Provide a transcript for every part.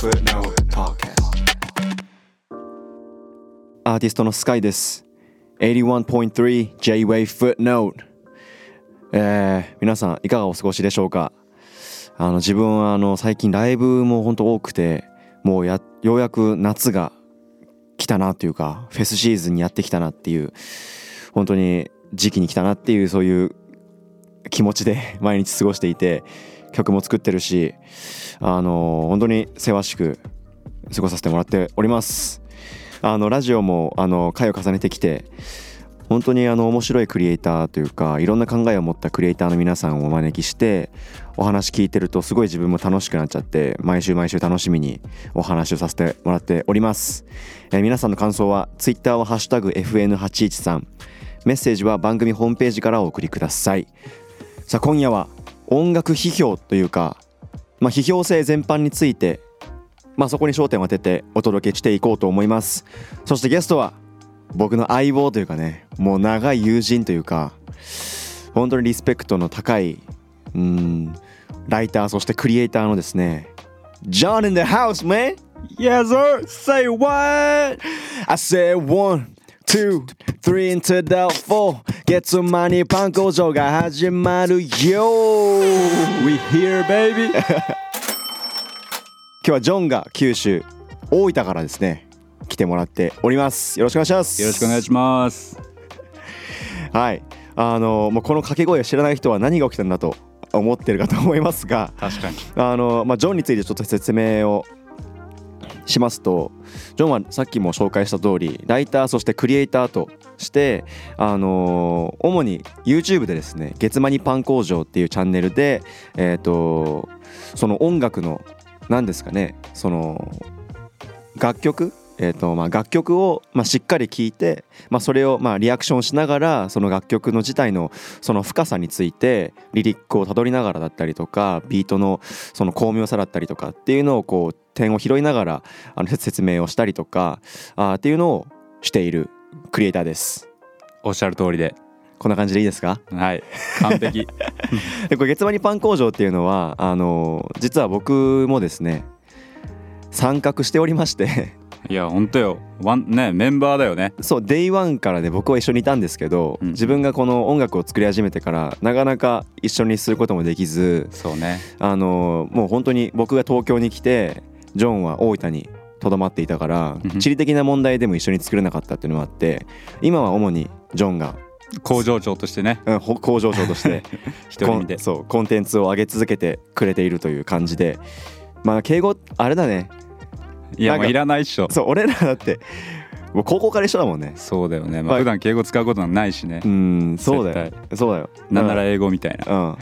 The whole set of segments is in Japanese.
Footnote Podcast アーティストのスカイです。 81.3 J-Wave Footnote。皆さんいかがお過ごしでしょうか。自分は最近ライブも本当多くて、もうようやく夏が来たなというか、フェスシーズンにやってきたなっていう、本当に時期に来たなっていう、そういう気持ちで毎日過ごしていて、曲も作ってるし、本当にせわしく過ごさせてもらっております。ラジオも回を重ねてきて、本当に面白いクリエイターというか、いろんな考えを持ったクリエイターの皆さんをお招きしてお話聞いてると、すごい自分も楽しくなっちゃって、毎週楽しみにお話をさせてもらっております。皆さんの感想は Twitter はハッシュタグ FN813、メッセージは番組ホームページからお送りください。さあ今夜は音楽批評というか、批評性全般について、そこに焦点を当ててお届けしていこうと思います。そしてゲストは僕の相棒というかね、もう長い友人というか、本当にリスペクトの高いライター、そしてクリエイターのですね、John in the house, man. Yes sir. Say what? I said 1, 2, 3 into the 4. Get some money パン工場が始まるよ。 We here baby. 今日はジョンが九州大分からですね来てもらっております。よろしくお願いします。 よろしくお願いします。 はい、もうこの掛け声を知らない人は何が起きたんだと思ってるかと思いますが、 確かにジョンについてちょっと説明をしますと、ジョンはさっきも紹介した通りライター、そしてクリエイターとして主に YouTube でですね、月間にパン工場っていうチャンネルでその音楽の何ですかね、その楽曲楽曲をしっかり聴いて、それをリアクションしながら、その楽曲の自体のその深さについてリリックをたどりながらだったりとか、ビートのその巧妙さだったりとかっていうのをこう点を拾いながら説明をしたりとかっていうのをしているクリエイターです。 おっしゃる通りで、 こんな感じでいいですか？ はい、完璧でこれ月間にパン工場っていうのは実は僕もですね参画しておりましていや本当よ、メンバーだよね。 そう、Day1からで僕は一緒にいたんですけど、自分がこの音楽を作り始めてからなかなか一緒にすることもできず、 そうね、 もう本当に僕が東京に来てジョンは大分にとどまっていたから、地理的な問題でも一緒に作れなかったっていうのもあって、今は主にジョンが工場長としてね、 工場長として一人でそうコンテンツを上げ続けてくれているという感じで、敬語あれだね。 いやもういらないっしょ。 そう、俺らだってもう高校から一緒だもんね。 そうだよね、普段敬語使うことはないしね。 そうだよ、そうだよ。 なんなら英語みたいな、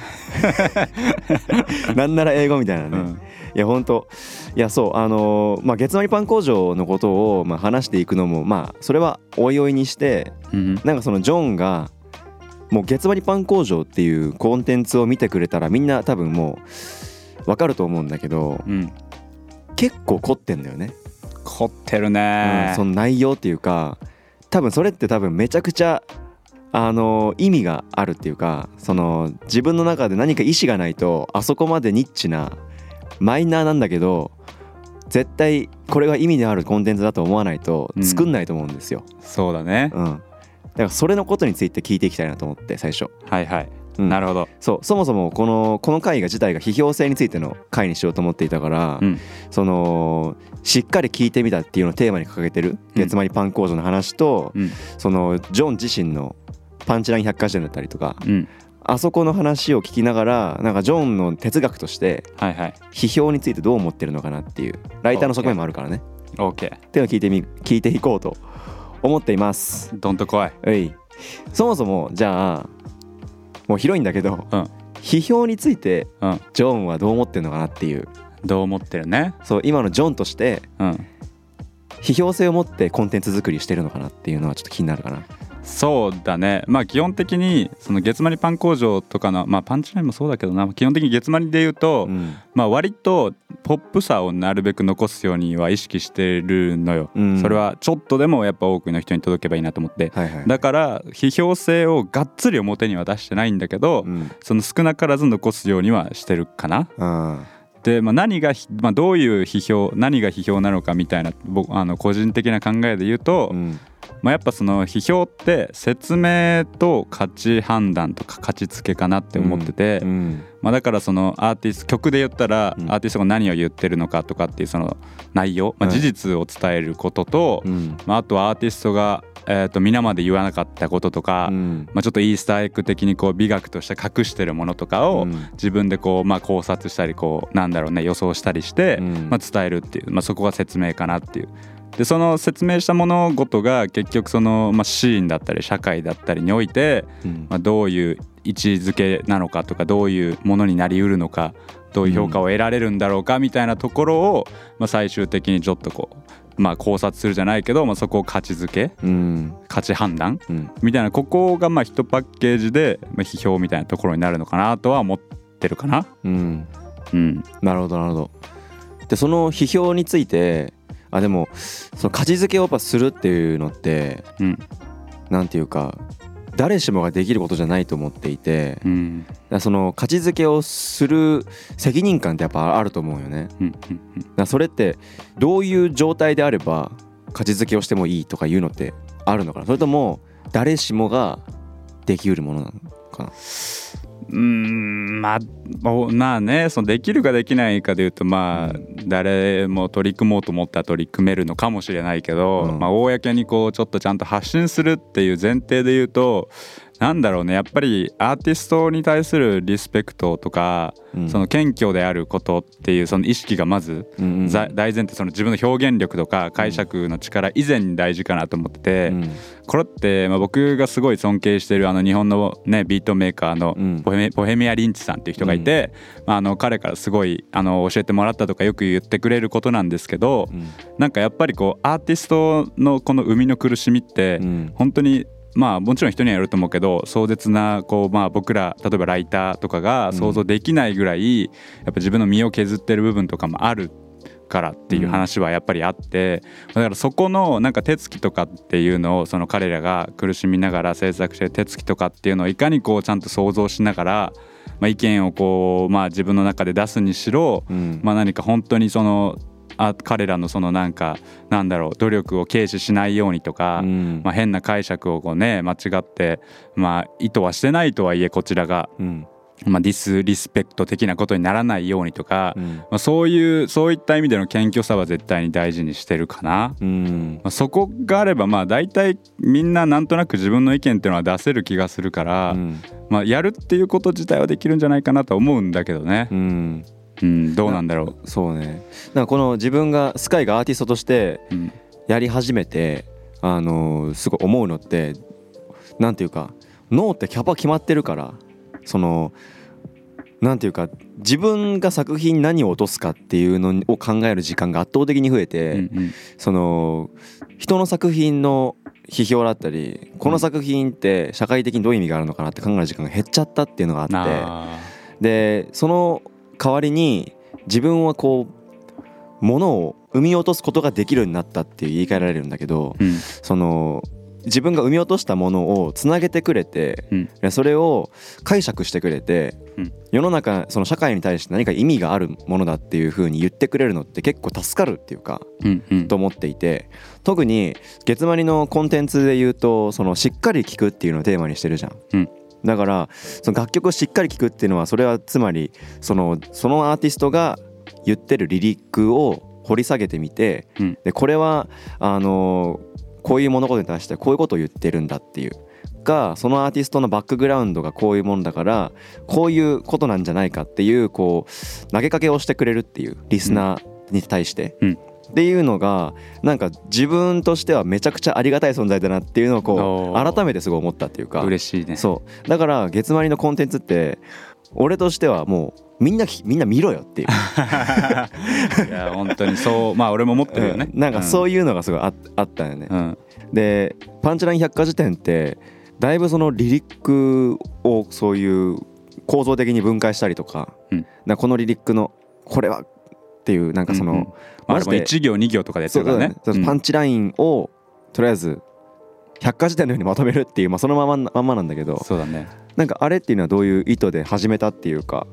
なんなら英語みたいなね、いや本当、いやそう月間にパン工場のことを話していくのもそれはおいおいにして、なんかそのジョンがもう月間にパン工場っていうコンテンツを見てくれたらみんな多分もう分かると思うんだけど、結構凝ってんだよね。 凝ってるね、 その内容っていうか、多分それってめちゃくちゃ意味があるっていうか、その自分の中で何か意思がないと、あそこまでニッチなマイナーなんだけど絶対これが意味のあるコンテンツだと思わないと作んないと思うんですよ。 そうだね、 だからそれのことについて聞いていきたいなと思って、最初。 はいはい、なるほど。 そもそもこの回自体が批評性についての回にしようと思っていたから、そのしっかり聞いてみたっていうのをテーマに掲げてる月間にパン工場の話と、そのジョン自身のパンチライン百科事典だったりとか、あそこの話を聞きながら、なんかジョンの哲学として批評についてどう思ってるのかなっていう、ライターの側面もあるからね、っていうのを聞いていこうと思っています。 どんと来い。 そもそもじゃあもう広いんだけど、批評についてジョンはどう思ってるのかなっていう。 どう思ってるね。 そう、今のジョンとして批評性を持ってコンテンツ作りしてるのかなっていうのはちょっと気になるかな。 そうだね、基本的にその月間にパン工場とかの、パンチラインもそうだけどな、基本的に月間にで言うと、割とポップさをなるべく残すようには意識してるのよ、それはちょっとでもやっぱ多くの人に届けばいいなと思って、だから批評性をがっつり表には出してないんだけど、その少なからず残すようにはしてるかな。 で、何が、どういう批評、何が批評なのかみたいな僕個人的な考えで言うと、やっぱその批評って説明と価値判断とか価値付けかなって思ってて、だからそのアーティスト曲で言ったらアーティストが何を言ってるのかとかっていうその内容、事実を伝えることと、あとはアーティストが皆まで言わなかったこととか、ちょっとイースターエッグ的にこう美学として隠してるものとかを自分でこう、考察したりこうなんだろうね予想したりして、伝えるっていう、そこが説明かなっていう。でその説明した物事が結局その、シーンだったり社会だったりにおいて、どういう位置づけなのかとかどういうものになりうるのかどういう評価を得られるんだろうかみたいなところを、最終的にちょっとこう、考察するじゃないけど、そこを価値づけ、価値判断、みたいなここが一パッケージで、批評みたいなところになるのかなとは思ってるかな。 なるほどなるほど。でその批評についてでもその価値づけをやっぱするっていうのって、なんていうか誰しもができることじゃないと思っていて、その価値づけをする責任感ってやっぱあると思うよね。それってどういう状態であれば価値づけをしてもいいとかいうのってあるのかな、それとも誰しもができうるものなのかな。 そのできるかできないかでいうと誰も取り組もうと思ったら取り組めるのかもしれないけど、公にこうちょっとちゃんと発信するっていう前提で言うとなんだろうね、やっぱりアーティストに対するリスペクトとか、その謙虚であることっていうその意識がまず、大前提、その自分の表現力とか解釈の力以前に大事かなと思ってて、これって、僕がすごい尊敬している日本の、ビートメーカーのボヘミア・リンチさんっていう人がいて、彼からすごい教えてもらったとかよく言ってくれることなんですけど、なんかやっぱりこうアーティストのこの生みの苦しみって、本当にもちろん人にはよると思うけど壮絶なこう、僕ら例えばライターとかが想像できないぐらい、やっぱ自分の身を削ってる部分とかもあるからっていう話はやっぱりあって、だからそこのなんか手つきとかっていうのをその彼らが苦しみながら制作してる手つきとかっていうのをいかにこうちゃんと想像しながら、意見をこう自分の中で出すにしろ、何か本当にその彼らのそのなんだろう努力を軽視しないようにとか、変な解釈をこうね間違って意図はしてないとはいえこちらが、ディスリスペクト的なことにならないようにとか、そういった意味での謙虚さは絶対に大事にしてるかな。そこがあれば大体みんななんとなく自分の意見っていうのは出せる気がするから、やるっていうこと自体はできるんじゃないかなと思うんだけどね。どうなんだろう。 そうね、なんかこの自分がスカイがアーティストとしてやり始めて、すごい思うのってなんていうか脳ってキャパ決まってるから、そのなんていうか自分が作品に何を落とすかっていうのを考える時間が圧倒的に増えて、その人の作品の批評だったりこの作品って社会的にどういう意味があるのかなって考える時間が減っちゃったっていうのがあって、でその代わりに自分はこう物を生み落とすことができるようになったっていう言い換えられるんだけど、その自分が生み落としたものをつなげてくれて、それを解釈してくれて、世の中その社会に対して何か意味があるものだっていう風に言ってくれるのって結構助かるっていうか、と思っていて、特に月マリのコンテンツで言うとそのしっかり聴くっていうのをテーマにしてるじゃん。だからその楽曲をしっかり聴くっていうのはそれはつまりそのアーティストが言ってるリリックを掘り下げてみて、でこれはこういう物事に対してこういうことを言ってるんだっていうか、そのアーティストのバックグラウンドがこういうものだからこういうことなんじゃないかっていうこう投げかけをしてくれるっていうリスナーに対して、っていうのがなんか自分としてはめちゃくちゃありがたい存在だなっていうのをこう改めてすごい思ったっていうか。 嬉しいね。 そうだから月マリのコンテンツって俺としてはもうみんな見ろよっていういや本当にそう俺も思ってるよね、 なんかそういうのがすごいあったよね、でパンチライン百科事典ってだいぶそのリリックをそういう構造的に分解したりとか、このリリックのこれはっていうなんかその、 マジで1行2行とかでやってるからね。 パンチラインをとりあえず百科事典のようにまとめるっていう、そのままなんだけど、 そうだね。 なんかあれっていうのはどういう意図で始めたっていうか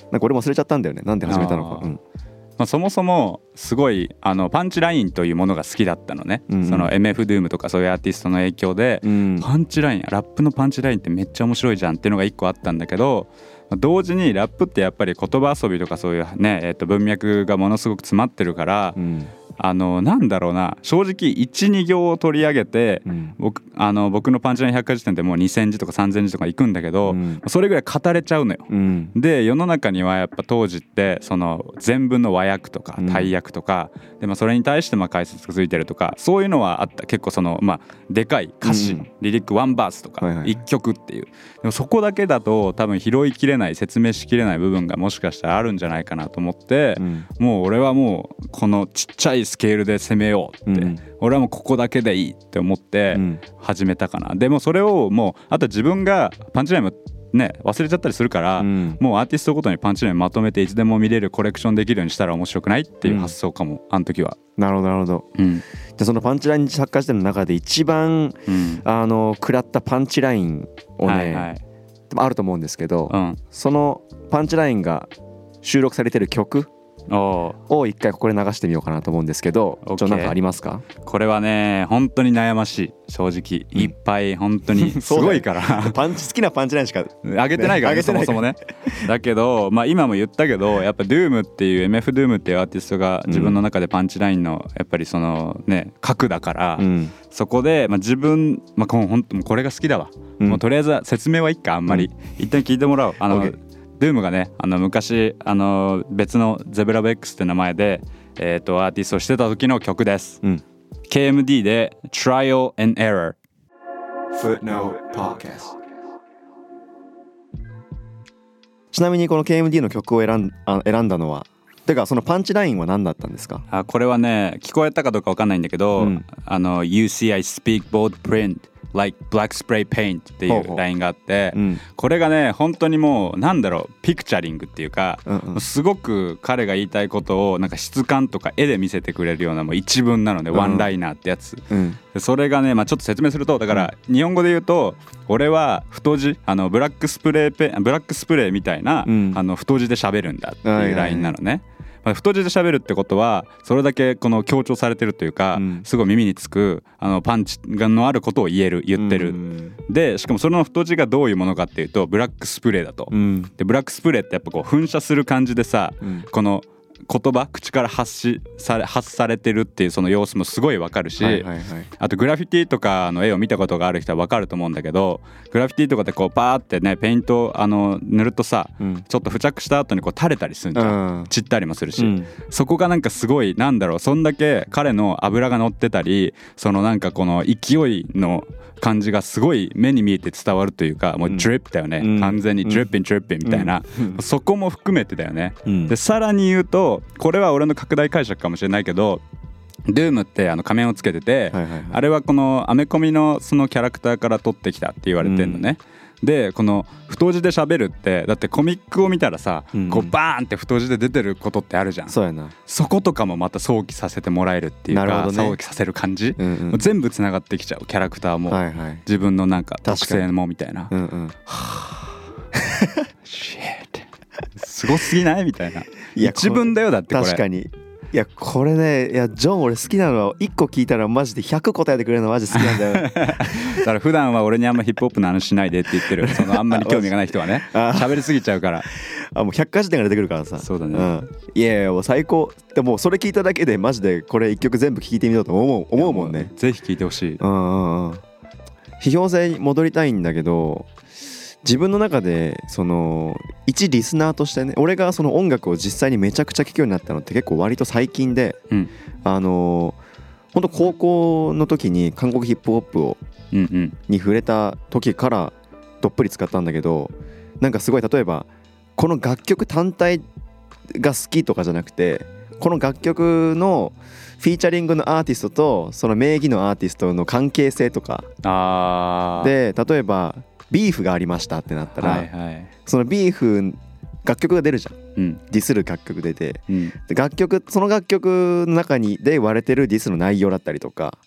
なんか俺も忘れちゃったんだよね、なんで始めたのか。 まあ、そもそもすごいパンチラインというものが好きだったのね、その MF Doom とかそういうアーティストの影響で、パンチライン、ラップのパンチラインってめっちゃ面白いじゃんっていうのが一個あったんだけど、同時にラップってやっぱり言葉遊びとかそういうね、文脈がものすごく詰まってるから、なんだろうな、正直 1,2 行を取り上げて、僕のパンチライン百科事典ってもう2,000字とか3,000字とかいくんだけど、それぐらい語れちゃうのよ。で世の中にはやっぱ当時ってその全文の和訳とか大訳とか、でそれに対して解説がついてるとか、そういうのはあった。結構そのでかい歌詞、リリック1バースとか1曲っていう、でもそこだけだと多分拾いきれない、説明しきれない部分がもしかしたらあるんじゃないかなと思って、もう俺はもうこのちっちゃいスケールで攻めようって、俺はもうここだけでいいって思って始めたかな。でもそれをもうあと自分がパンチラインもね忘れちゃったりするから、もうアーティストごとにパンチラインまとめていつでも見れるコレクションできるようにしたら面白くないっていう発想かも、あの時は。 なるほどなるほど。じゃあそのパンチライン百科事典の中で一番、食らったパンチラインをね、あると思うんですけど、そのパンチラインが収録されてる曲を一回ここで流してみようかなと思うんですけど、なんかありますか？ これはね本当に悩ましい、正直いっぱい本当にすごいからパンチ好きなパンチラインしか上げてないからね、そもそもね。だけど今も言ったけど、やっぱ Doom っていう MF Doom っていうアーティストが自分の中でパンチラインのやっぱりそのね核だから、そこで自分本当これが好きだわ、もうとりあえず説明はいっか、あんまり一旦聞いてもらおう。Doom がね昔別のゼブラブ X って名前でアーティストをしてた時の曲です、KMD で Trial and Error。 Footnote Podcast。 ちなみにこの KMD の曲を選んだのは、てかそのパンチラインは何だったんですか？ これはね聞こえたかどうか分かんないんだけど、You see I speak bold print like black spray paint っていうラインがあって、これがね本当にもうなんだろう、ピクチャリングっていうか、すごく彼が言いたいことをなんか質感とか絵で見せてくれるようなもう一文なので、ワンライナーってやつ、でそれがねちょっと説明すると、だから日本語で言うと俺は太字ブラックスプレーみたいな、太字で喋るんだっていうラインなのね。太字で喋るってことはそれだけこの強調されてるというか、すごい耳につくパンチのあることを言ってる、でしかもその太字がどういうものかっていうとブラックスプレーだと、でブラックスプレーってやっぱこう噴射する感じでさ、この言葉口から発されてるっていうその様子もすごいわかるし、あとグラフィティとかの絵を見たことがある人はわかると思うんだけど、グラフィティとかってこうパーってねペイント塗るとさ、ちょっと付着した後にこう垂れたりするんじゃん、散ったりもするし、そこがなんかすごいなんだろう、そんだけ彼の油が乗ってたり、そのなんかこの勢いの感じがすごい目に見えて伝わるというか、もうドリップだよね、完全にドリッピンみたいな、そこも含めてだよね、でさらに言うとこれは俺の拡大解釈かもしれないけど、Doom って仮面をつけてて、あれはこのアメコミのそのキャラクターから取ってきたって言われてるのね、でこの太字で喋るってだってコミックを見たらさ、こうバーンって太字で出てることってあるじゃん。 そうやな。 そことかもまた想起させてもらえるっていうか、想起させる感じ、もう全部つながってきちゃう、キャラクターも、自分のなんか特性もみたいな、すごすぎないみたいな、一文だよだってこれ。 確かに。いやこれね、いやジョン俺好きなのは1個聞いたらマジで100答えてくれるのマジ好きなんだよだから普段は俺にあんまヒップホップの話しないでって言ってる、そのあんまり興味がない人はね喋りすぎちゃうから、 もう百科事典が出てくるからさ。 そうだね、 いやいやもう最高。でもそれ聞いただけでマジでこれ1曲全部聞いてみようと思うもんね。 ぜひ聞いてほしい。 批評性に戻りたいんだけど、自分の中でその一リスナーとしてね、俺がその音楽を実際にめちゃくちゃ聴くようになったのって結構割と最近で、本当高校の時に韓国ヒップホップに触れた時からどっぷり使ったんだけど、なんかすごい例えばこの楽曲単体が好きとかじゃなくて、この楽曲のフィーチャリングのアーティストとその名義のアーティストの関係性とかで、例えばビーフがありましたってなったら、そのビーフ楽曲が出るじゃん、ディスる楽曲出て、でその楽曲の中にで割れてるディスの内容だったりとか、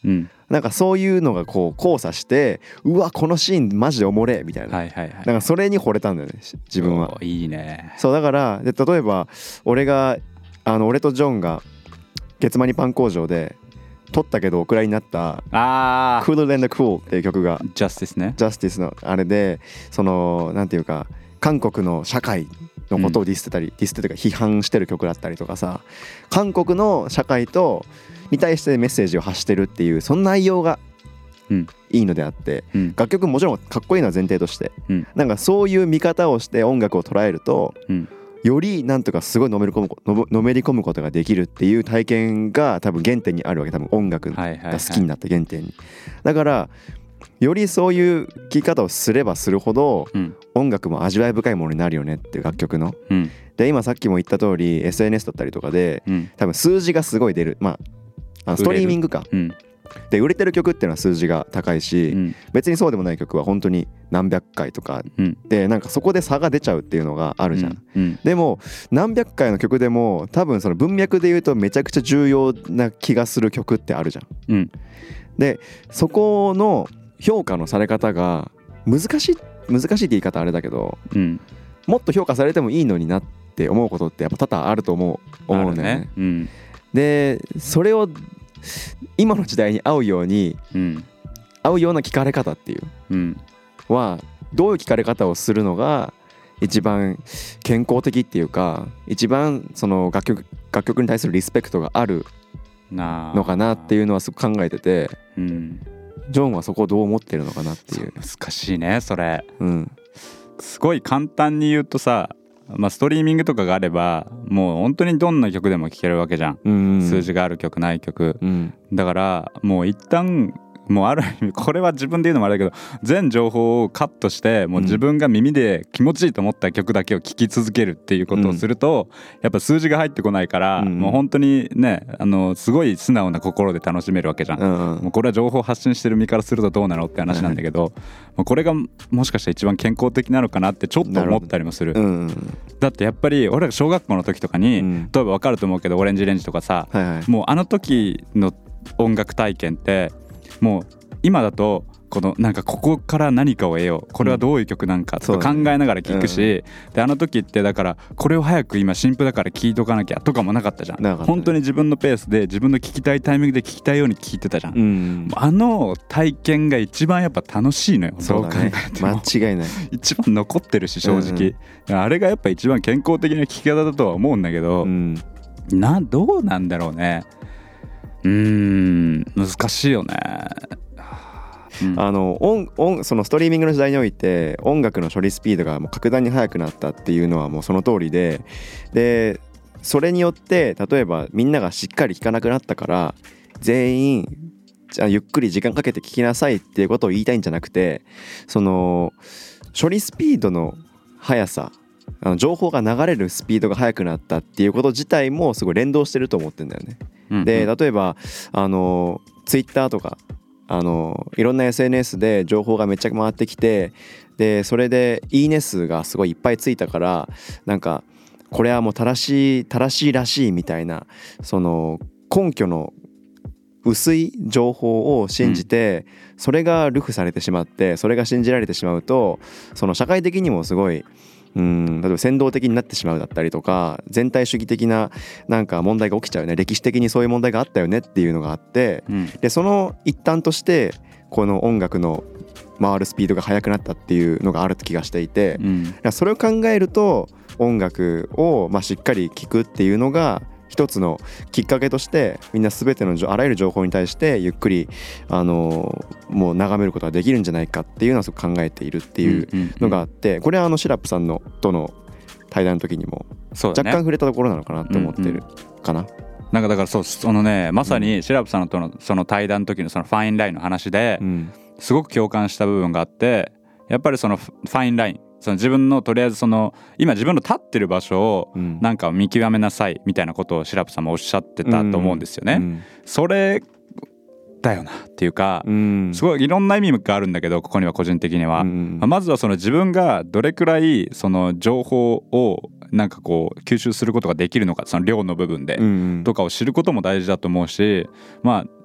なんかそういうのがこう交差して、うわこのシーンマジでおもれみたいな、 はいはいはい、 なんかそれに惚れたんだよね自分は。 いいね。 そうだからで例えば俺とジョンが月間にパン工場で撮ったけどお蔵になったあ Cooler Than the Cool っていう曲がジャスティスね。 ジャスティスのあれで、そのなんていうか韓国の社会のことをディスってたり、ディスってというか批判してる曲だったりとかさ、韓国の社会に対してメッセージを発してるっていうその内容がいいのであって、楽曲もちろんかっこいいのは前提として、なんかそういう見方をして音楽を捉えると、よりなんとかすごいのめり込むことができるっていう体験が多分原点にあるわけ、多分音楽が好きになった原点に。だからよりそういう聴き方をすればするほど、音楽も味わい深いものになるよねっていう楽曲の、で今さっきも言った通り SNS だったりとかで、多分数字がすごい出る、ストリーミングか、で売れてる曲っていうのは数字が高いし、別にそうでもない曲は本当に何百回とかで、なんかそこで差が出ちゃうっていうのがあるじゃん、でも何百回の曲でも多分その文脈で言うとめちゃくちゃ重要な気がする曲ってあるじゃん、でそこの評価のされ方が難しいって言い方あれだけど、もっと評価されてもいいのになって思うことってやっぱ多々あると思うんだよね。でそれを今の時代に合うような聞かれ方っていうはどういう聞かれ方をするのが一番健康的っていうか、一番その楽曲に対するリスペクトがあるのかなっていうのはすごく考えてて、ジョンはそこをどう思ってるのかなっていう。 難しいねそれ、すごい簡単に言うとさ、ストリーミングとかがあればもう本当にどんな曲でも聴けるわけじゃん、数字がある曲ない曲、だからもう一旦もうある意味これは自分で言うのもあれだけど全情報をカットしてもう自分が耳で気持ちいいと思った曲だけを聴き続けるっていうことをすると、やっぱ数字が入ってこないから、もう本当にねすごい素直な心で楽しめるわけじゃん、もうこれは情報発信してる身からするとどうなのって話なんだけど、もうこれがもしかしたら一番健康的なのかなってちょっと思ったりもする。だってやっぱり俺ら小学校の時とかに、例えば分かると思うけどオレンジレンジとかさ、もうあの時の音楽体験ってもう今だとこのなんかここから何かを得よう、これはどういう曲なんかとか考えながら聴くし、であの時ってだからこれを早く今新譜だから聴いとかなきゃとかもなかったじゃん。本当に自分のペースで自分の聴きたいタイミングで聴きたいように聴いてたじゃん、あの体験が一番やっぱ楽しいのよ。 そうだね、間違いない一番残ってるし正直、あれがやっぱ一番健康的な聴き方だとは思うんだけど、どうなんだろうね。難しいよね。 そのストリーミングの時代において音楽の処理スピードがもう格段に速くなったっていうのはもうその通りで、それによって例えばみんながしっかり聴かなくなったから全員じゃあゆっくり時間かけて聴きなさいっていうことを言いたいんじゃなくて、その処理スピードの速さ、情報が流れるスピードが速くなったっていうこと自体もすごい連動してると思ってんだよね。で例えばツイッターとかいろんな SNS で情報がめっちゃ回ってきて、でそれでいいね数がすごいいっぱいついたから、なんかこれはもう正しいらしいみたいな、その根拠の薄い情報を信じて、それが流布されてしまって、それが信じられてしまうと、その社会的にもすごい例えば扇動的になってしまうだったりとか、全体主義的ななんか問題が起きちゃうね、歴史的にそういう問題があったよねっていうのがあって、でその一端としてこの音楽の回るスピードが速くなったっていうのがある気がしていて、それを考えると音楽をしっかり聴くっていうのが一つのきっかけとして、みんな全てのあらゆる情報に対してゆっくりもう眺めることができるんじゃないかっていうのはすごく考えているっていうのがあって、これはシラップさんのとの対談の時にも若干触れたところなのかなと思ってるかな。 なんかだからそのね、まさにシラップさんとのその対談の時のそのファインラインの話ですごく共感した部分があって、やっぱりそのファインライン、その自分のとりあえずその今自分の立ってる場所をなんか見極めなさいみたいなことをシラップさんもおっしゃってたと思うんですよね。それだよなっていうか、すごいいろんな意味があるんだけど、ここには個人的にはまずはその自分がどれくらいその情報をなんかこう吸収することができるのか、その量の部分でとかを知ることも大事だと思うし、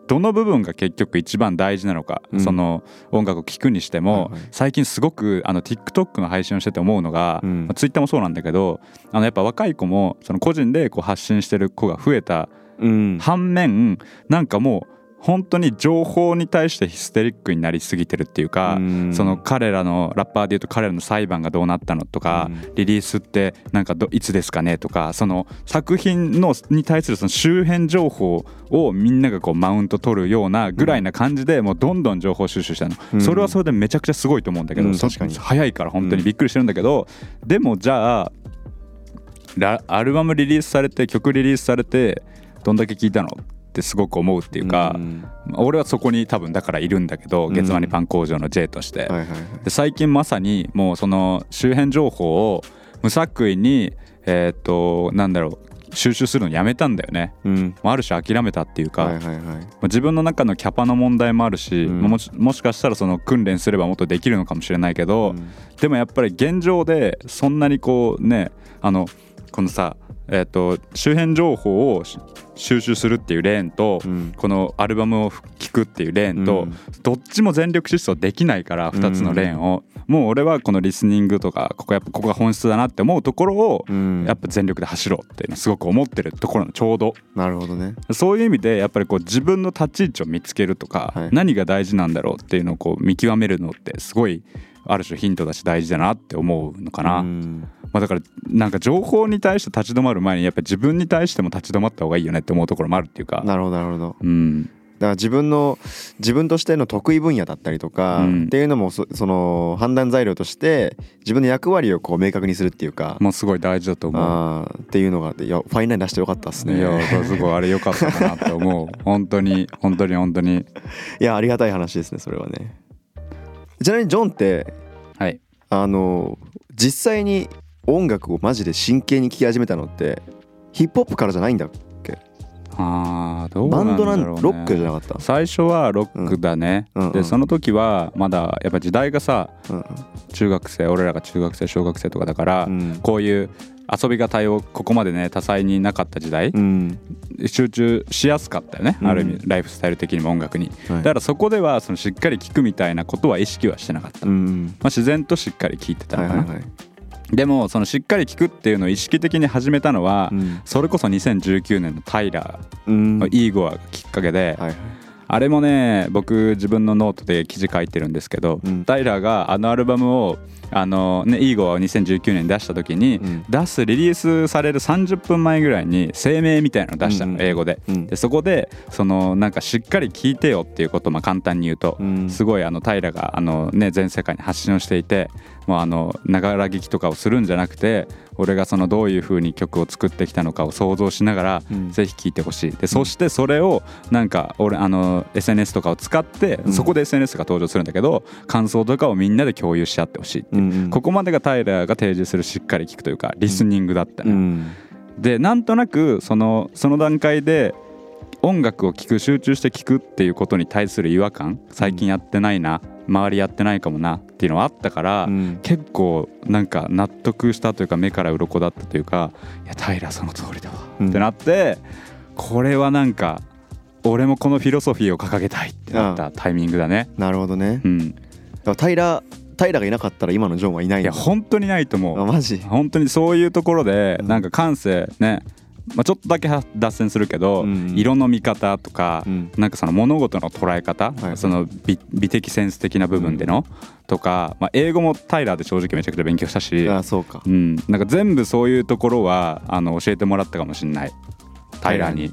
どの部分が結局一番大事なのか、その音楽を聴くにしても、最近すごくTikTok の配信をしてて思うのが、Twitter もそうなんだけど、やっぱ若い子もその個人でこう発信してる子が増えた反面、なんかもう本当に情報に対してヒステリックになりすぎてるっていうか、その彼らのラッパーでいうと彼らの裁判がどうなったのとか、リリースってなんかいつですかねとか、その作品に対するその周辺情報をみんながこうマウント取るようなぐらいな感じでもうどんどん情報収集したの、それはそれでめちゃくちゃすごいと思うんだけど、 確かに早いから本当にびっくりしてるんだけど、でもじゃあアルバムリリースされて曲リリースされてどんだけ聴いたのってすごく思うっていうか、俺はそこに多分だからいるんだけど、月間にパン工場の J として、で最近まさにもうその周辺情報を無作為になんだろう収集するのやめたんだよね、ある種諦めたっていうか、自分の中のキャパの問題もあるし、もしかしたらその訓練すればもっとできるのかもしれないけど、でもやっぱり現状でそんなにこうねこのさ周辺情報を収集するっていうレーンと、このアルバムを聴くっていうレーンと、どっちも全力疾走できないから2つのレーンを、もう俺はこのリスニングとかここが本質だなって思うところを、やっぱ全力で走ろうっていうのすごく思ってるところのちょうど。 なるほどね。 そういう意味でやっぱりこう自分の立ち位置を見つけるとか、何が大事なんだろうっていうのをこう見極めるのってすごいある種ヒントだし大事だなって思うのかな。だからなんか情報に対して立ち止まる前にやっぱり自分に対しても立ち止まった方がいいよねって思うところもあるっていうか。 なるほどなるほど。だから自分としての得意分野だったりとか、っていうのもその判断材料として自分の役割をこう明確にするっていうか、 もうすごい大事だと思うっていうのが、いやファイナル出してよかったっすね。 いやすごいあれよかったかなって思う本当にいやありがたい話ですねそれはね。ちなみにジョンって、 はい、 実際に音楽をマジで真剣に聴き始めたのってヒップホップからじゃないんだっけ？ どうなんだろうね。 バンドロックじゃなかった？ 最初はロックだね、でその時はまだやっぱ時代がさ、中学生俺らが中学生小学生とかだから、こういう遊びがここまでね多彩になかった時代、集中しやすかったよね、ある意味ライフスタイル的にも音楽に、だからそこではそのしっかり聴くみたいなことは意識はしてなかった、自然としっかり聴いてたのかな、でもそのしっかり聴くっていうのを意識的に始めたのは、それこそ2019年のタイラーのイーゴアがきっかけで、あれもね僕自分のノートで記事書いてるんですけど、タイラーがアルバムをイーゴアを2019年に出した時に、リリースされる30分前ぐらいに声明みたいなのを出したの、英語で、でそこでそのなんかしっかり聴いてよっていうことを簡単に言うと、すごいタイラが全世界に発信をしていて、もうながら聞きとかをするんじゃなくて、俺がそのどういう風に曲を作ってきたのかを想像しながら、ぜひ聴いてほしい。でそしてそれをなんか俺SNS とかを使って、そこで SNS が登場するんだけど、感想とかをみんなで共有し合ってほしいっていう、ここまでがタイラーが提示するしっかり聴くというかリスニングだったね、でなんとなくその段階で音楽を聴く、集中して聴くっていうことに対する違和感、最近やってないな、周りやってないかもなっていうのはあったから、結構なんか納得したというか目から鱗だったというか、いや平その通りだわ、ってなって、これはなんか俺もこのフィロソフィーを掲げたいってなったタイミングだね。 なるほどね、だから平がいなかったら今のジョンはいないんだ。 いや本当にないと思う。 マジ本当にそういうところでなんか感性ね、ちょっとだけ脱線するけど、色の見方とか、なんかその物事の捉え方、その美的センス的な部分での、とか、英語もタイラーで正直めちゃくちゃ勉強したし、 そうか、 なんか全部そういうところは教えてもらったかもしれない、タイラーに。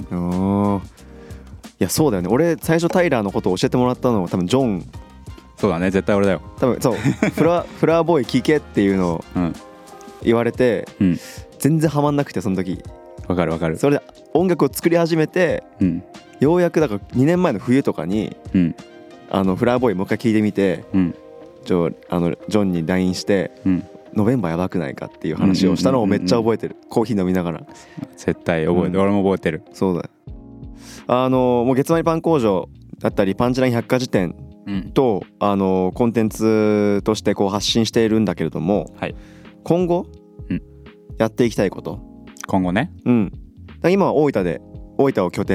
いやそうだよね。俺最初タイラーのことを教えてもらったのは多分ジョン。 そうだね、絶対俺だよ。 多分そうフラワーボーイ聴けっていうのを言われて、全然ハマんなくて、その時。 わかる。 それで音楽を作り始めて、ようやくだから2年前の冬とかに、フラワーボーイもう一回聴いてみて、ジョンに LINE して、ノベンバーやばくないかっていう話をしたのをめっちゃ覚えてる。コーヒー飲みながら。 絶対覚えてる、俺も覚えてる。 そうだ。もう月間パン工場だったりパンチライン百科事典と、コンテンツとしてこう発信しているんだけれども、今後、やっていきたいこと。 今後ね、 今は大分を拠点に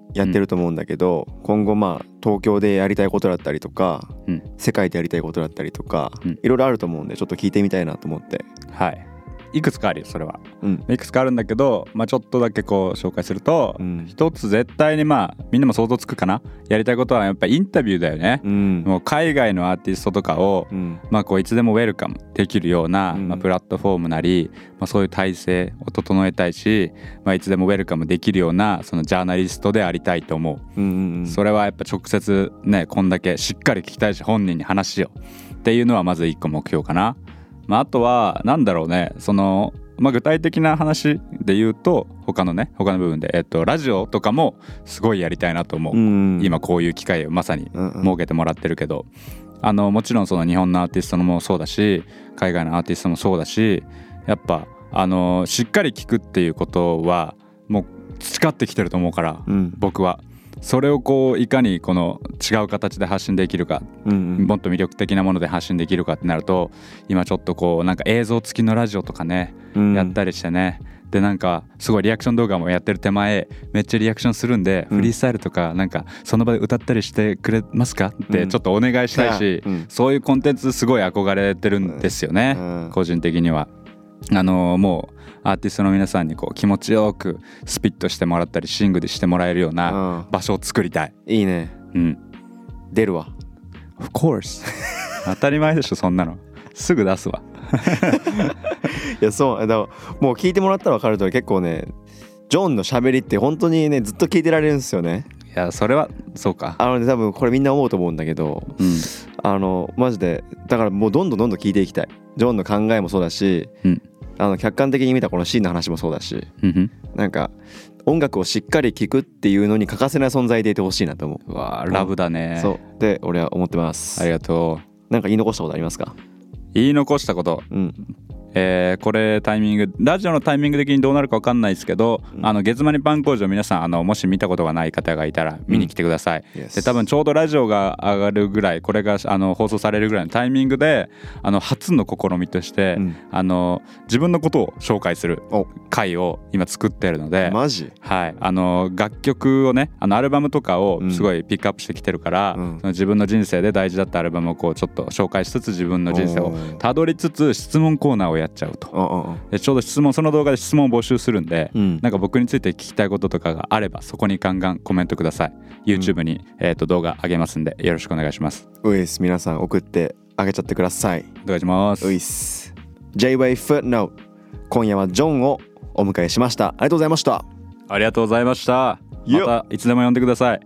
やってると思うんだけど、今後まあ東京でやりたいことだったりとか、世界でやりたいことだったりとか、いろいろあると思うんでちょっと聞いてみたいなと思って。 はい、いくつかあるよそれは、いくつかあるんだけど、ちょっとだけこう紹介すると、一つ絶対にみんなも想像つくかな、やりたいことはやっぱりインタビューだよね、もう海外のアーティストとかを、こういつでもウェルカムできるような、プラットフォームなり、そういう体制を整えたいし、いつでもウェルカムできるようなそのジャーナリストでありたいと思う、それはやっぱ直接ねこんだけしっかり聞きたいし本人に話をっていうのはまず一個目標かな。あとはなんだろうね、その、具体的な話で言うと他の部分で、ラジオとかもすごいやりたいなと思う、今こういう機会をまさに設けてもらってるけど、もちろんその日本のアーティストのもそうだし海外のアーティストもそうだし、やっぱしっかり聞くっていうことはもう培ってきてると思うから、僕はそれをこういかにこの違う形で発信できるか、もっと魅力的なもので発信できるかってなると、今ちょっとこうなんか映像付きのラジオとかね、やったりしてね、でなんかすごいリアクション動画もやってる手前めっちゃリアクションするんで、フリースタイルとかなんかその場で歌ったりしてくれますかってちょっとお願いしたいし、そういうコンテンツすごい憧れてるんですよね、個人的には。もうアーティストの皆さんにこう気持ちよくスピットしてもらったりシングでしてもらえるような場所を作りたい。 いいね。出るわ。 Of course 当たり前でしょ、そんなのすぐ出すわいやそうだからもう聞いてもらったら分かるとおり、結構ねジョンの喋りって本当にねずっと聞いてられるんですよね。 いやそれはそうか。 多分これみんな思うと思うんだけど、マジでだからもうどんどん聞いていきたい。ジョンの考えもそうだし、客観的に見たこのシーンの話もそうだし、なんか音楽をしっかり聴くっていうのに欠かせない存在でいてほしいなと思う。 わーラブだね。 そうで俺は思ってます。 ありがとう。なんか言い残したことありますか？ 言い残したこと、これタイミングラジオのタイミング的にどうなるか分かんないですけど、月間にパン工場皆さんもし見たことがない方がいたら見に来てください、で多分ちょうどラジオが上がるぐらい、これが放送されるぐらいのタイミングで初の試みとして、自分のことを紹介する回を今作ってるので、 マジ？ はい、楽曲をねアルバムとかをすごいピックアップしてきてるから、自分の人生で大事だったアルバムをこうちょっと紹介しつつ自分の人生をたどりつつ質問コーナーをやっちゃうと。でちょうどその動画で質問を募集するんで、なんか僕について聞きたいこととかがあればそこにガンガンコメントください。 YouTube に、動画上げますんでよろしくお願いします。 ういっす、皆さん送ってあげちゃってください。 お願いします。 ういっす。 J-Way Footnote 今夜はジョンをお迎えしました。ありがとうございました。 ありがとうございました。またいつでも呼んでください。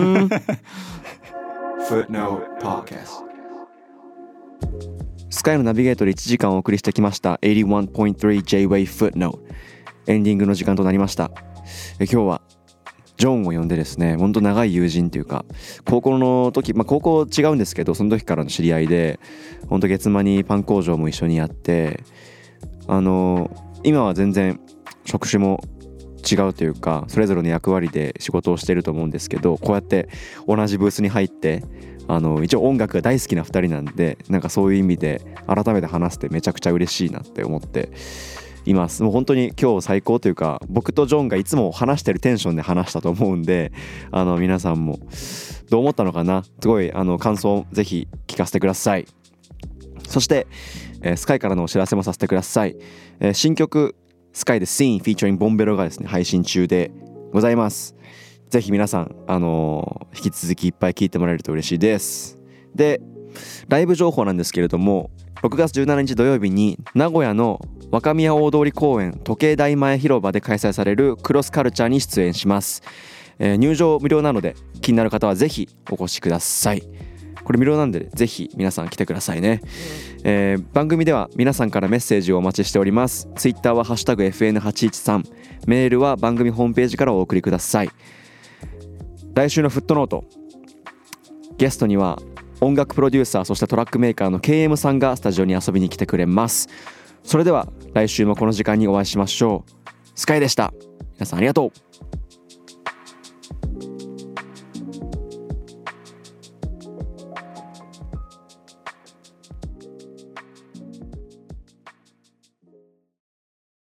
Footnote Podcast。スカイのナビゲートで1時間お送りしてきました 81.3 J-Way Footnote。 エンディングの時間となりました。今日はジョンを呼んでですね、ほんと長い友人というか、高校の時、高校違うんですけどその時からの知り合いで、ほんと月間にパン工場も一緒にやって、今は全然職種も違うというかそれぞれの役割で仕事をしていると思うんですけど、こうやって同じブースに入って一応音楽が大好きな2人なんで、なんかそういう意味で改めて話してめちゃくちゃ嬉しいなって思っています。もう本当に今日最高というか、僕とジョンがいつも話してるテンションで話したと思うんで、皆さんもどう思ったのかな、すごい感想ぜひ聞かせてください。そして、スカイからのお知らせもさせてください。新曲スカイで Scene featuring ボンベロがですね配信中でございます。ぜひ皆さん、引き続きいっぱい聴いてもらえると嬉しいです。で、ライブ情報なんですけれども、6月17日土曜日に名古屋の若宮大通公園時計台前広場で開催されるクロスカルチャーに出演します。入場無料なので気になる方はぜひお越しください。これ無料なんでぜひ皆さん来てくださいね。番組では皆さんからメッセージをお待ちしております。ツイッターはハッシュタグ FN813、メールは番組ホームページからお送りください。来週のフットノート、ゲストには音楽プロデューサーそしてトラックメーカーの KM さんがスタジオに遊びに来てくれます。それでは来週もこの時間にお会いしましょう。スカイでした。皆さんありがとう。